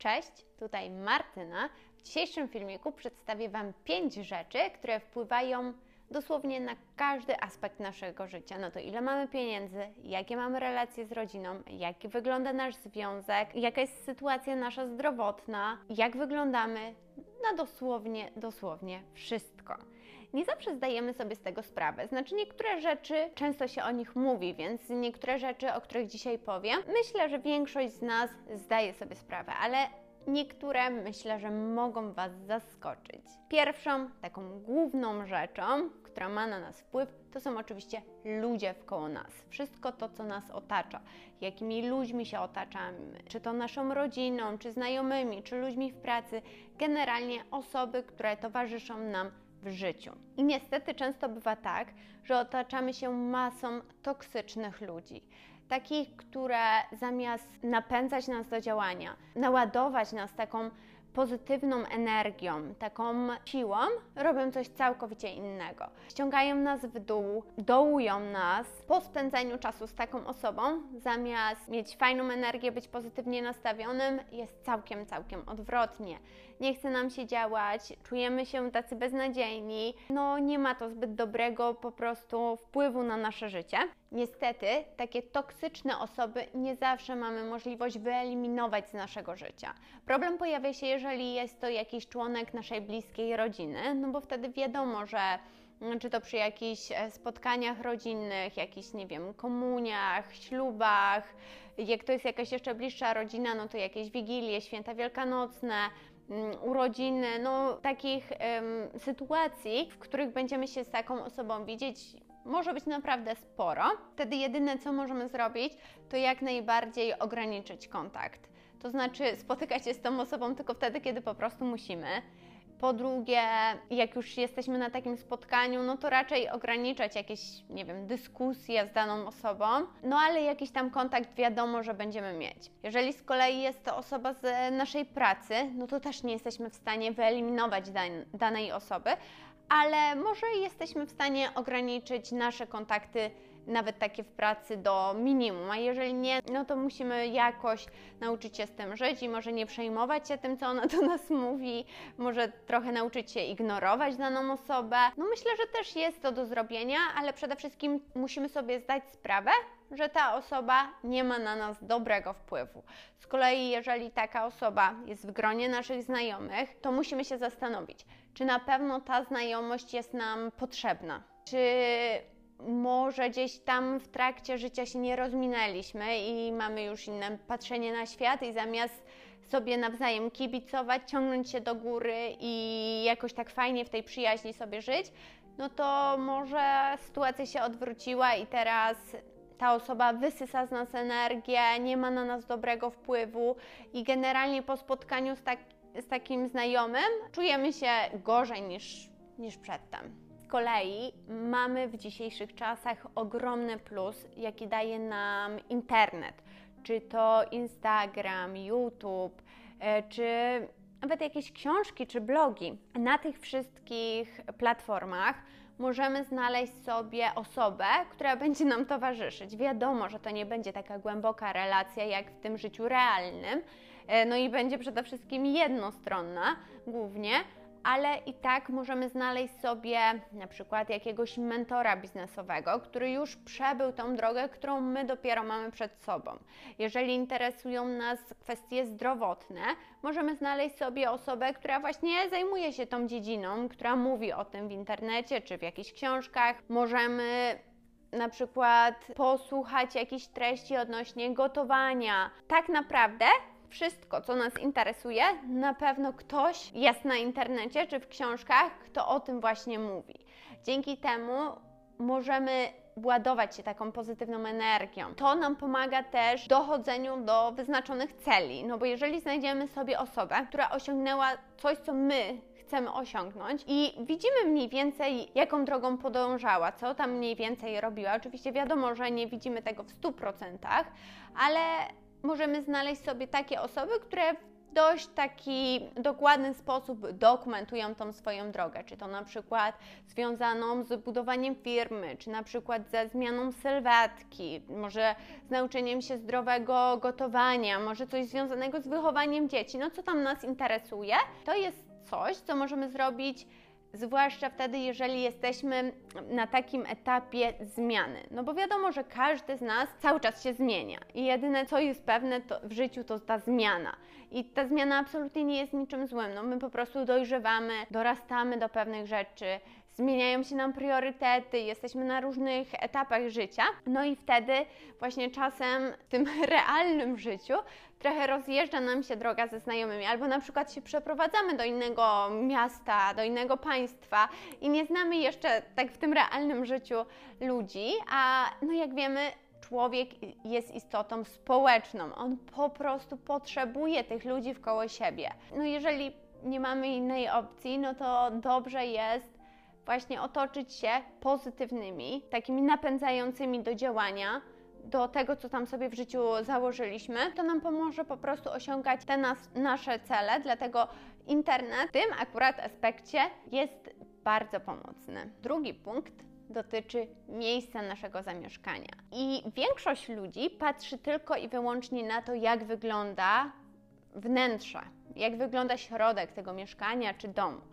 Cześć, tutaj Martyna. W dzisiejszym filmiku przedstawię Wam 5 rzeczy, które wpływają dosłownie na każdy aspekt naszego życia. No to ile mamy pieniędzy, jakie mamy relacje z rodziną, jak wygląda nasz związek, jaka jest sytuacja nasza zdrowotna, jak wyglądamy, na dosłownie wszystko. Nie zawsze zdajemy sobie z tego sprawę. Znaczy niektóre rzeczy, często się o nich mówi, więc niektóre rzeczy, o których dzisiaj powiem, myślę, że większość z nas zdaje sobie sprawę, ale niektóre myślę, że mogą Was zaskoczyć. Pierwszą, taką główną rzeczą, która ma na nas wpływ, to są oczywiście ludzie wkoło nas. Wszystko to, co nas otacza. Jakimi ludźmi się otaczamy. Czy to naszą rodziną, czy znajomymi, czy ludźmi w pracy. Generalnie osoby, które towarzyszą nam w życiu. I niestety często bywa tak, że otaczamy się masą toksycznych ludzi. Takich, które zamiast napędzać nas do działania, naładować nas taką pozytywną energią, taką siłą, robią coś całkowicie innego. Ściągają nas w dół, dołują nas. Po spędzeniu czasu z taką osobą, zamiast mieć fajną energię, być pozytywnie nastawionym, jest całkiem odwrotnie. Nie chce nam się działać, czujemy się tacy beznadziejni, no nie ma to zbyt dobrego po prostu wpływu na nasze życie. Niestety, takie toksyczne osoby nie zawsze mamy możliwość wyeliminować z naszego życia. Problem pojawia się, jeżeli jest to jakiś członek naszej bliskiej rodziny, no bo wtedy wiadomo, że czy to przy jakichś spotkaniach rodzinnych, jakichś, nie wiem, komuniach, ślubach, jak to jest jakaś jeszcze bliższa rodzina, no to jakieś wigilie, święta wielkanocne, urodziny, no takich sytuacji, w których będziemy się z taką osobą widzieć, może być naprawdę sporo. Wtedy jedyne, co możemy zrobić, to jak najbardziej ograniczyć kontakt. To znaczy spotykać się z tą osobą tylko wtedy, kiedy po prostu musimy. Po drugie, jak już jesteśmy na takim spotkaniu, no to raczej ograniczać jakieś, nie wiem, dyskusje z daną osobą, no ale jakiś tam kontakt wiadomo, że będziemy mieć. Jeżeli z kolei jest to osoba z naszej pracy, no to też nie jesteśmy w stanie wyeliminować danej osoby, ale może jesteśmy w stanie ograniczyć nasze kontakty, nawet takie w pracy, do minimum, a jeżeli nie, no to musimy jakoś nauczyć się z tym żyć i może nie przejmować się tym, co ona do nas mówi, może trochę nauczyć się ignorować daną osobę. No myślę, że też jest to do zrobienia, ale przede wszystkim musimy sobie zdać sprawę, że ta osoba nie ma na nas dobrego wpływu. Z kolei jeżeli taka osoba jest w gronie naszych znajomych, to musimy się zastanowić, czy na pewno ta znajomość jest nam potrzebna, czy może gdzieś tam w trakcie życia się nie rozminęliśmy i mamy już inne patrzenie na świat i zamiast sobie nawzajem kibicować, ciągnąć się do góry i jakoś tak fajnie w tej przyjaźni sobie żyć, no to może sytuacja się odwróciła i teraz ta osoba wysysa z nas energię, nie ma na nas dobrego wpływu i generalnie po spotkaniu z takim znajomym czujemy się gorzej niż przedtem. Z kolei mamy w dzisiejszych czasach ogromny plus, jaki daje nam internet, czy to Instagram, YouTube, czy nawet jakieś książki czy blogi. Na tych wszystkich platformach możemy znaleźć sobie osobę, która będzie nam towarzyszyć. Wiadomo, że to nie będzie taka głęboka relacja jak w tym życiu realnym, no i będzie przede wszystkim jednostronna głównie, ale i tak możemy znaleźć sobie na przykład jakiegoś mentora biznesowego, który już przebył tą drogę, którą my dopiero mamy przed sobą. Jeżeli interesują nas kwestie zdrowotne, możemy znaleźć sobie osobę, która właśnie zajmuje się tą dziedziną, która mówi o tym w internecie czy w jakichś książkach. Możemy na przykład posłuchać jakichś treści odnośnie gotowania. Tak naprawdę wszystko, co nas interesuje, na pewno ktoś jest na internecie czy w książkach, kto o tym właśnie mówi. Dzięki temu możemy ładować się taką pozytywną energią. To nam pomaga też w dochodzeniu do wyznaczonych celi, no bo jeżeli znajdziemy sobie osobę, która osiągnęła coś, co my chcemy osiągnąć i widzimy mniej więcej, jaką drogą podążała, co tam mniej więcej robiła. Oczywiście wiadomo, że nie widzimy tego w 100%, ale możemy znaleźć sobie takie osoby, które dość taki dokładny sposób dokumentują tą swoją drogę, czy to na przykład związaną z budowaniem firmy, czy na przykład ze zmianą sylwetki, może z nauczeniem się zdrowego gotowania, może coś związanego z wychowaniem dzieci, no co tam nas interesuje, to jest coś, co możemy zrobić zwłaszcza wtedy, jeżeli jesteśmy na takim etapie zmiany. No bo wiadomo, że każdy z nas cały czas się zmienia i jedyne, co jest pewne w życiu, to ta zmiana. I ta zmiana absolutnie nie jest niczym złym. No my po prostu dojrzewamy, dorastamy do pewnych rzeczy, zmieniają się nam priorytety, jesteśmy na różnych etapach życia. No i wtedy właśnie czasem w tym realnym życiu trochę rozjeżdża nam się droga ze znajomymi, albo na przykład się przeprowadzamy do innego miasta, do innego państwa i nie znamy jeszcze tak w tym realnym życiu ludzi, a no jak wiemy, człowiek jest istotą społeczną, on po prostu potrzebuje tych ludzi wkoło siebie. No jeżeli nie mamy innej opcji, no to dobrze jest właśnie otoczyć się pozytywnymi, takimi napędzającymi do działania, do tego, co tam sobie w życiu założyliśmy. To nam pomoże po prostu osiągać te nasze cele, dlatego internet w tym akurat aspekcie jest bardzo pomocny. Drugi punkt dotyczy miejsca naszego zamieszkania. I większość ludzi patrzy tylko i wyłącznie na to, jak wygląda wnętrze, jak wygląda środek tego mieszkania czy domu.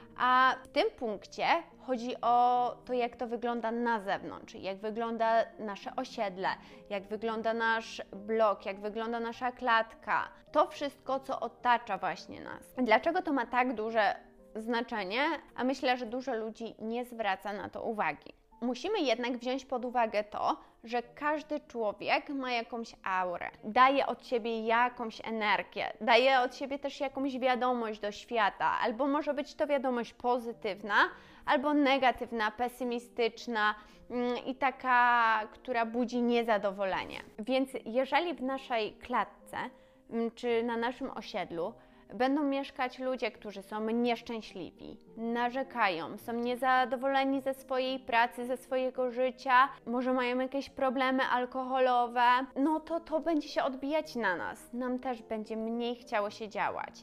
A w tym punkcie chodzi o to, jak to wygląda na zewnątrz, jak wygląda nasze osiedle, jak wygląda nasz blok, jak wygląda nasza klatka. To wszystko, co otacza właśnie nas. Dlaczego to ma tak duże znaczenie? A myślę, że dużo ludzi nie zwraca na to uwagi. Musimy jednak wziąć pod uwagę to, że każdy człowiek ma jakąś aurę, daje od siebie jakąś energię, daje od siebie też jakąś wiadomość do świata, albo może być to wiadomość pozytywna, albo negatywna, pesymistyczna i taka, która budzi niezadowolenie. Więc jeżeli w naszej klatce czy na naszym osiedlu będą mieszkać ludzie, którzy są nieszczęśliwi, narzekają, są niezadowoleni ze swojej pracy, ze swojego życia, może mają jakieś problemy alkoholowe, no to będzie się odbijać na nas. Nam też będzie mniej chciało się działać.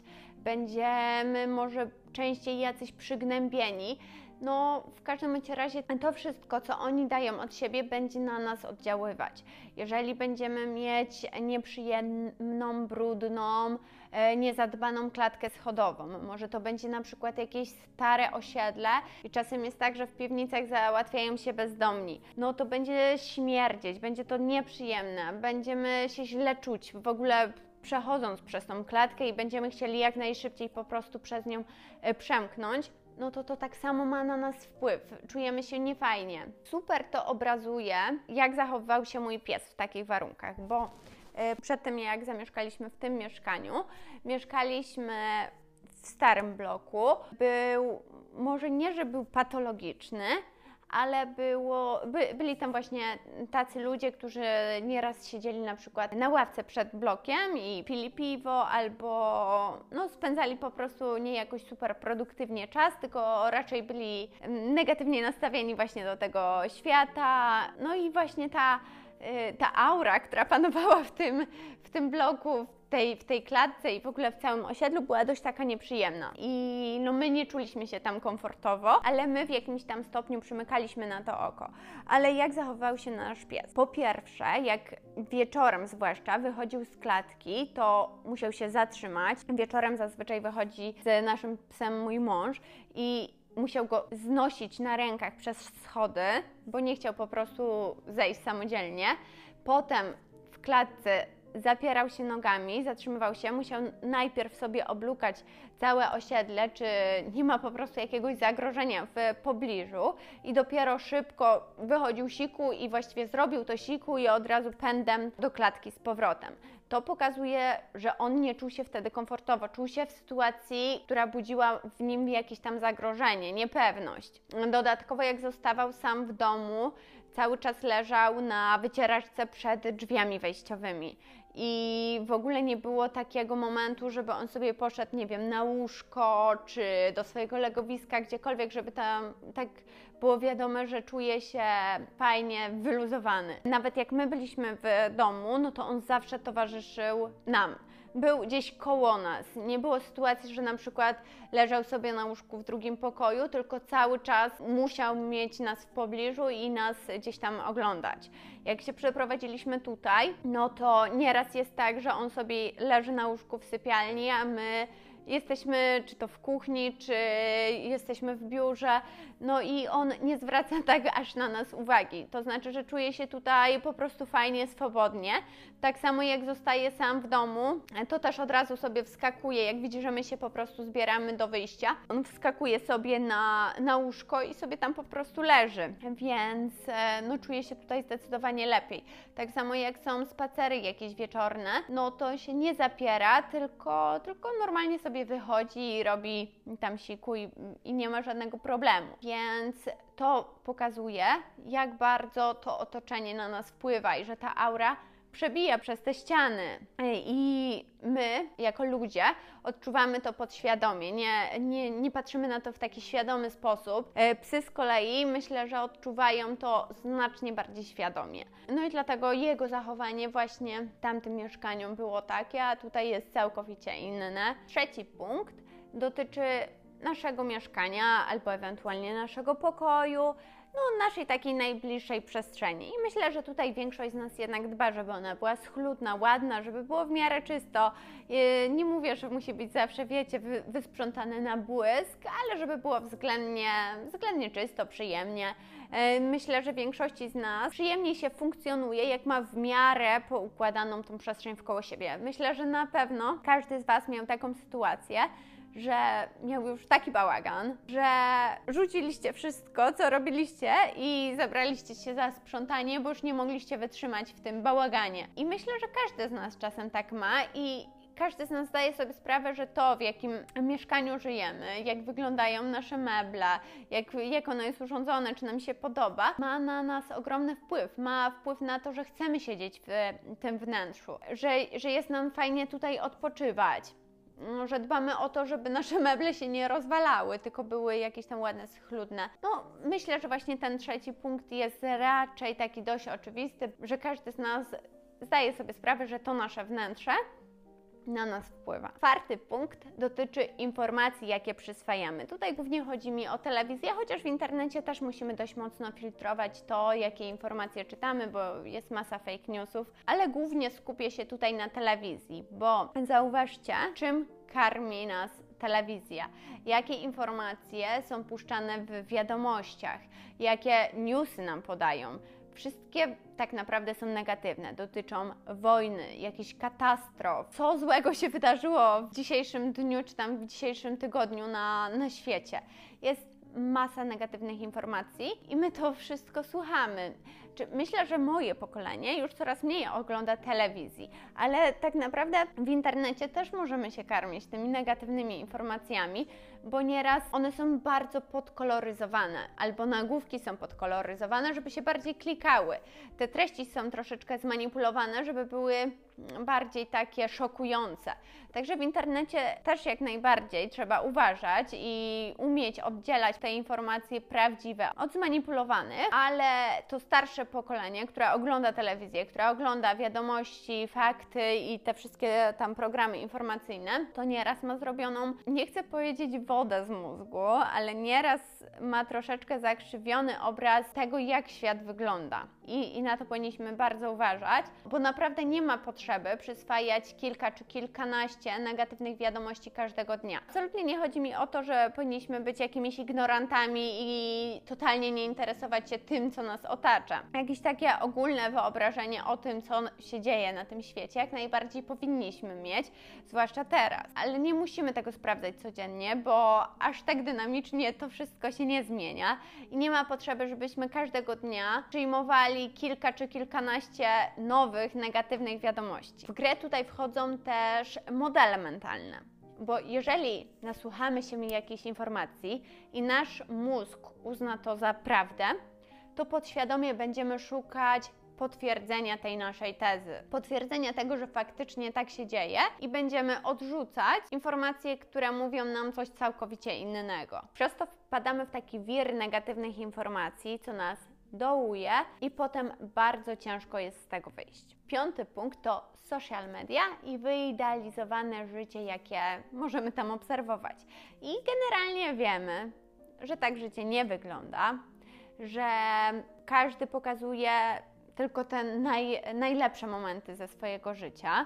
Będziemy może częściej jacyś przygnębieni. No, w każdym razie to wszystko, co oni dają od siebie, będzie na nas oddziaływać. Jeżeli będziemy mieć nieprzyjemną, brudną, niezadbaną klatkę schodową, może to będzie na przykład jakieś stare osiedle i czasem jest tak, że w piwnicach załatwiają się bezdomni, no to będzie śmierdzieć, będzie to nieprzyjemne, będziemy się źle czuć, w ogóle przechodząc przez tą klatkę i będziemy chcieli jak najszybciej po prostu przez nią przemknąć, no to tak samo ma na nas wpływ. Czujemy się niefajnie. Super to obrazuje, jak zachowywał się mój pies w takich warunkach, bo przed tym, jak zamieszkaliśmy w tym mieszkaniu, mieszkaliśmy w starym bloku. Może nie, że był patologiczny, ale byli tam właśnie tacy ludzie, którzy nieraz siedzieli na przykład na ławce przed blokiem i pili piwo albo spędzali po prostu nie jakoś super produktywnie czas, tylko raczej byli negatywnie nastawieni właśnie do tego świata. No i właśnie ta aura, która panowała w tym bloku, w tej klatce i w ogóle w całym osiedlu była dość taka nieprzyjemna. I my nie czuliśmy się tam komfortowo, ale my w jakimś tam stopniu przymykaliśmy na to oko. Ale jak zachowywał się nasz pies? Po pierwsze, jak wieczorem zwłaszcza wychodził z klatki, to musiał się zatrzymać. Wieczorem zazwyczaj wychodzi z naszym psem mój mąż i musiał go znosić na rękach przez schody, bo nie chciał po prostu zejść samodzielnie. Potem w klatce zapierał się nogami, zatrzymywał się, musiał najpierw sobie oblukać całe osiedle, czy nie ma po prostu jakiegoś zagrożenia w pobliżu i dopiero szybko wychodził siku i właściwie zrobił to siku i od razu pędem do klatki z powrotem. To pokazuje, że on nie czuł się wtedy komfortowo, czuł się w sytuacji, która budziła w nim jakieś tam zagrożenie, niepewność. Dodatkowo jak zostawał sam w domu, cały czas leżał na wycieraczce przed drzwiami wejściowymi i w ogóle nie było takiego momentu, żeby on sobie poszedł, nie wiem, na łóżko czy do swojego legowiska, gdziekolwiek, żeby tam tak było wiadome, że czuje się fajnie wyluzowany. Nawet jak my byliśmy w domu, no to on zawsze towarzyszył nam. był gdzieś koło nas. Nie było sytuacji, że na przykład leżał sobie na łóżku w drugim pokoju, tylko cały czas musiał mieć nas w pobliżu i nas gdzieś tam oglądać. Jak się przeprowadziliśmy tutaj, no to nieraz jest tak, że on sobie leży na łóżku w sypialni, a my jesteśmy czy to w kuchni, czy jesteśmy w biurze, no i on nie zwraca tak aż na nas uwagi. To znaczy, że czuje się tutaj po prostu fajnie, swobodnie. Tak samo jak zostaje sam w domu, to też od razu sobie wskakuje, jak widzi, że my się po prostu zbieramy do wyjścia. On wskakuje sobie na łóżko i sobie tam po prostu leży, więc no czuje się tutaj zdecydowanie lepiej. Tak samo jak są spacery jakieś wieczorne, no to się nie zapiera, tylko normalnie sobie wychodzi i robi tam siku i nie ma żadnego problemu. Więc to pokazuje, jak bardzo to otoczenie na nas wpływa i że ta aura przebija przez te ściany. I my, jako ludzie, odczuwamy to podświadomie, nie patrzymy na to w taki świadomy sposób. Psy z kolei myślę, że odczuwają to znacznie bardziej świadomie. No i dlatego jego zachowanie właśnie w tamtym mieszkaniu było takie, a tutaj jest całkowicie inne. Trzeci punkt dotyczy naszego mieszkania albo ewentualnie naszego pokoju, no, naszej takiej najbliższej przestrzeni. I myślę, że tutaj większość z nas jednak dba, żeby ona była schludna, ładna, żeby było w miarę czysto. Nie mówię, że musi być zawsze, wiecie, wysprzątane na błysk, ale żeby było względnie czysto, przyjemnie. Myślę, że większości z nas przyjemniej się funkcjonuje, jak ma w miarę poukładaną tą przestrzeń wkoło siebie. Myślę, że na pewno każdy z Was miał taką sytuację, że miał już taki bałagan, że rzuciliście wszystko, co robiliście i zabraliście się za sprzątanie, bo już nie mogliście wytrzymać w tym bałaganie. I myślę, że każdy z nas czasem tak ma i każdy z nas zdaje sobie sprawę, że to, w jakim mieszkaniu żyjemy, jak wyglądają nasze meble, jak ono jest urządzone, czy nam się podoba, ma na nas ogromny wpływ. Ma wpływ na to, że chcemy siedzieć w tym wnętrzu, że jest nam fajnie tutaj odpoczywać. Że dbamy o to, żeby nasze meble się nie rozwalały, tylko były jakieś tam ładne, schludne. No, myślę, że właśnie ten trzeci punkt jest raczej taki dość oczywisty, że każdy z nas zdaje sobie sprawę, że to nasze wnętrze na nas wpływa. Czwarty punkt dotyczy informacji, jakie przyswajamy. Tutaj głównie chodzi mi o telewizję, chociaż w internecie też musimy dość mocno filtrować to, jakie informacje czytamy, bo jest masa fake newsów, ale głównie skupię się tutaj na telewizji, bo zauważcie, czym karmi nas telewizja, jakie informacje są puszczane w wiadomościach, jakie newsy nam podają. Wszystkie tak naprawdę są negatywne, dotyczą wojny, jakichś katastrof. Co złego się wydarzyło w dzisiejszym dniu, czy tam w dzisiejszym tygodniu na świecie. Jest masa negatywnych informacji i my to wszystko słuchamy. Myślę, że moje pokolenie już coraz mniej ogląda telewizji, ale tak naprawdę w internecie też możemy się karmić tymi negatywnymi informacjami, bo nieraz one są bardzo podkoloryzowane, albo nagłówki są podkoloryzowane, żeby się bardziej klikały. Te treści są troszeczkę zmanipulowane, żeby były bardziej takie szokujące. Także w internecie też jak najbardziej trzeba uważać i umieć oddzielać te informacje prawdziwe od zmanipulowanych, ale to starsze pokolenie, które ogląda telewizję, które ogląda wiadomości, fakty i te wszystkie tam programy informacyjne, to nieraz ma zrobioną, nie chcę powiedzieć wodę z mózgu, ale nieraz ma troszeczkę zakrzywiony obraz tego, jak świat wygląda. I na to powinniśmy bardzo uważać, bo naprawdę nie ma potrzeby przyswajać kilka czy kilkanaście negatywnych wiadomości każdego dnia. Absolutnie nie chodzi mi o to, że powinniśmy być jakimiś ignorantami i totalnie nie interesować się tym, co nas otacza. Jakieś takie ogólne wyobrażenie o tym, co się dzieje na tym świecie, jak najbardziej powinniśmy mieć, zwłaszcza teraz. Ale nie musimy tego sprawdzać codziennie, bo aż tak dynamicznie to wszystko się nie zmienia i nie ma potrzeby, żebyśmy każdego dnia przyjmowali kilka czy kilkanaście nowych, negatywnych wiadomości. W grę tutaj wchodzą też modele mentalne, bo jeżeli nasłuchamy się jakiejś informacji i nasz mózg uzna to za prawdę, to podświadomie będziemy szukać potwierdzenia tej naszej tezy, potwierdzenia tego, że faktycznie tak się dzieje i będziemy odrzucać informacje, które mówią nam coś całkowicie innego. Przez to wpadamy w taki wir negatywnych informacji, co nas dołuje i potem bardzo ciężko jest z tego wyjść. 5. punkt to social media i wyidealizowane życie, jakie możemy tam obserwować. I generalnie wiemy, że tak życie nie wygląda, że każdy pokazuje tylko te najlepsze momenty ze swojego życia,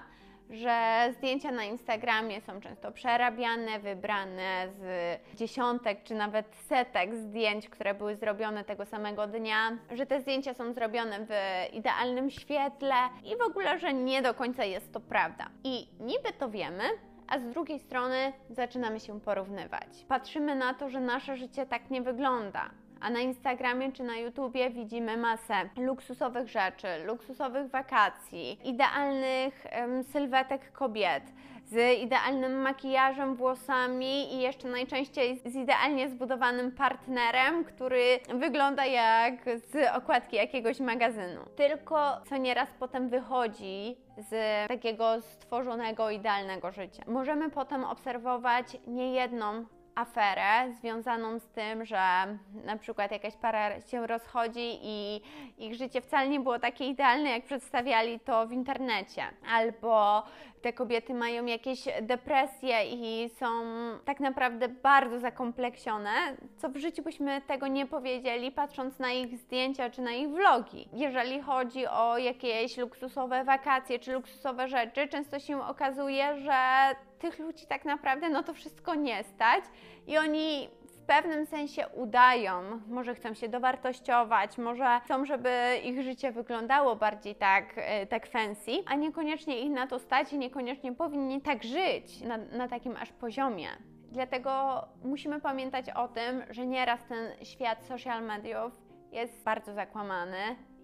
że zdjęcia na Instagramie są często przerabiane, wybrane z dziesiątek czy nawet setek zdjęć, które były zrobione tego samego dnia, że te zdjęcia są zrobione w idealnym świetle i w ogóle, że nie do końca jest to prawda. I niby to wiemy, a z drugiej strony zaczynamy się porównywać. Patrzymy na to, że nasze życie tak nie wygląda. A na Instagramie czy na YouTubie widzimy masę luksusowych rzeczy, luksusowych wakacji, idealnych sylwetek kobiet, z idealnym makijażem, włosami i jeszcze najczęściej z idealnie zbudowanym partnerem, który wygląda jak z okładki jakiegoś magazynu. Tylko co nieraz potem wychodzi z takiego stworzonego, idealnego życia. Możemy potem obserwować niejedną aferę związaną z tym, że na przykład jakaś para się rozchodzi i ich życie wcale nie było takie idealne, jak przedstawiali to w internecie. Albo te kobiety mają jakieś depresje i są tak naprawdę bardzo zakompleksione, co w życiu byśmy tego nie powiedzieli, patrząc na ich zdjęcia czy na ich vlogi. Jeżeli chodzi o jakieś luksusowe wakacje czy luksusowe rzeczy, często się okazuje, że tych ludzi tak naprawdę no to wszystko nie stać i oni w pewnym sensie udają, może chcą się dowartościować, może chcą, żeby ich życie wyglądało bardziej tak fancy, a niekoniecznie ich na to stać i niekoniecznie powinni tak żyć na takim aż poziomie. Dlatego musimy pamiętać o tym, że nieraz ten świat social mediów jest bardzo zakłamany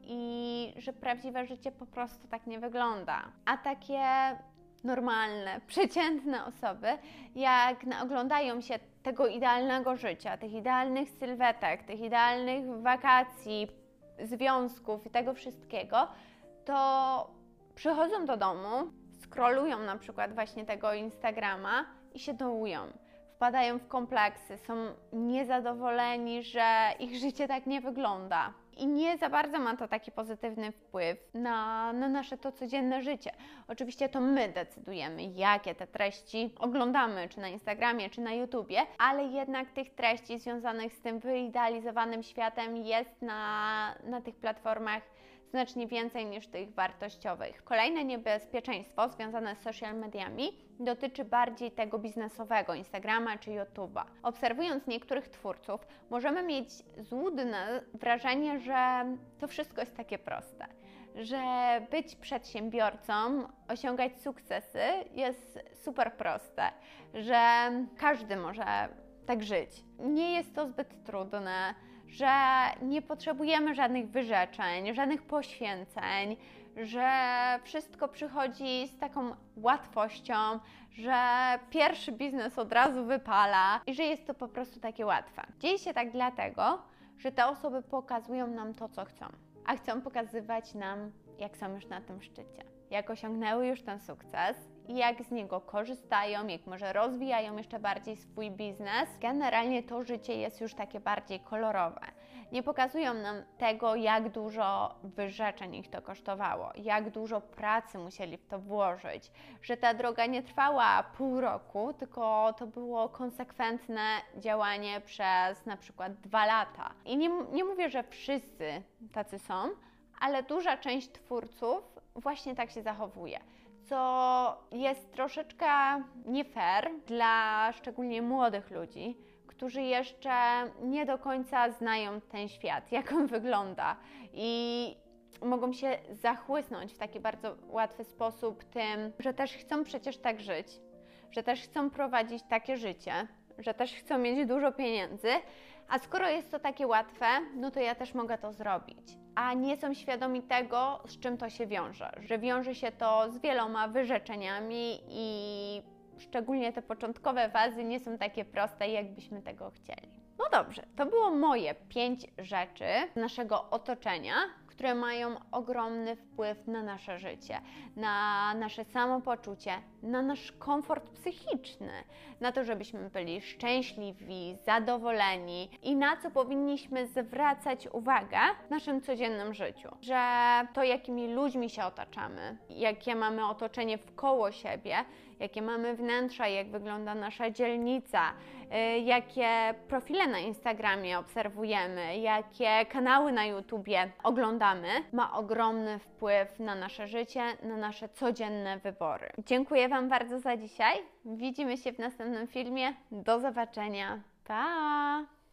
i że prawdziwe życie po prostu tak nie wygląda. A takie normalne, przeciętne osoby, jak oglądają się tego idealnego życia, tych idealnych sylwetek, tych idealnych wakacji, związków i tego wszystkiego, to przychodzą do domu, scrollują na przykład właśnie tego Instagrama i się dołują. Wpadają w kompleksy, są niezadowoleni, że ich życie tak nie wygląda. I nie za bardzo ma to taki pozytywny wpływ na nasze to codzienne życie. Oczywiście to my decydujemy, jakie te treści oglądamy, czy na Instagramie, czy na YouTubie, ale jednak tych treści związanych z tym wyidealizowanym światem jest na tych platformach znacznie więcej niż tych wartościowych. Kolejne niebezpieczeństwo związane z social mediami dotyczy bardziej tego biznesowego, Instagrama czy YouTube'a. Obserwując niektórych twórców, możemy mieć złudne wrażenie, że to wszystko jest takie proste, że być przedsiębiorcą, osiągać sukcesy jest super proste, że każdy może tak żyć. Nie jest to zbyt trudne, że nie potrzebujemy żadnych wyrzeczeń, żadnych poświęceń, że wszystko przychodzi z taką łatwością, że pierwszy biznes od razu wypala i że jest to po prostu takie łatwe. Dzieje się tak dlatego, że te osoby pokazują nam to, co chcą, a chcą pokazywać nam, jak są już na tym szczycie, jak osiągnęły już ten sukces i jak z niego korzystają, jak może rozwijają jeszcze bardziej swój biznes. Generalnie to życie jest już takie bardziej kolorowe. Nie pokazują nam tego, jak dużo wyrzeczeń ich to kosztowało, jak dużo pracy musieli w to włożyć, że ta droga nie trwała pół roku, tylko to było konsekwentne działanie przez na przykład 2 lata. I nie mówię, że wszyscy tacy są, ale duża część twórców właśnie tak się zachowuje, co jest troszeczkę nie fair dla szczególnie młodych ludzi, którzy jeszcze nie do końca znają ten świat, jak on wygląda i mogą się zachłysnąć w taki bardzo łatwy sposób tym, że też chcą przecież tak żyć, że też chcą prowadzić takie życie, że też chcą mieć dużo pieniędzy, a skoro jest to takie łatwe, no to ja też mogę to zrobić. A nie są świadomi tego, z czym to się wiąże, że wiąże się to z wieloma wyrzeczeniami i szczególnie te początkowe fazy nie są takie proste, jakbyśmy tego chcieli. No dobrze, to było moje 5 rzeczy z naszego otoczenia, które mają ogromny wpływ na nasze życie, na nasze samopoczucie, na nasz komfort psychiczny, na to, żebyśmy byli szczęśliwi, zadowoleni i na co powinniśmy zwracać uwagę w naszym codziennym życiu. Że to, jakimi ludźmi się otaczamy, jakie mamy otoczenie wkoło siebie, jakie mamy wnętrza, jak wygląda nasza dzielnica, jakie profile na Instagramie obserwujemy, jakie kanały na YouTubie oglądamy, ma ogromny wpływ na nasze życie, na nasze codzienne wybory. Dziękuję Wam bardzo za dzisiaj. Widzimy się w następnym filmie. Do zobaczenia. Pa!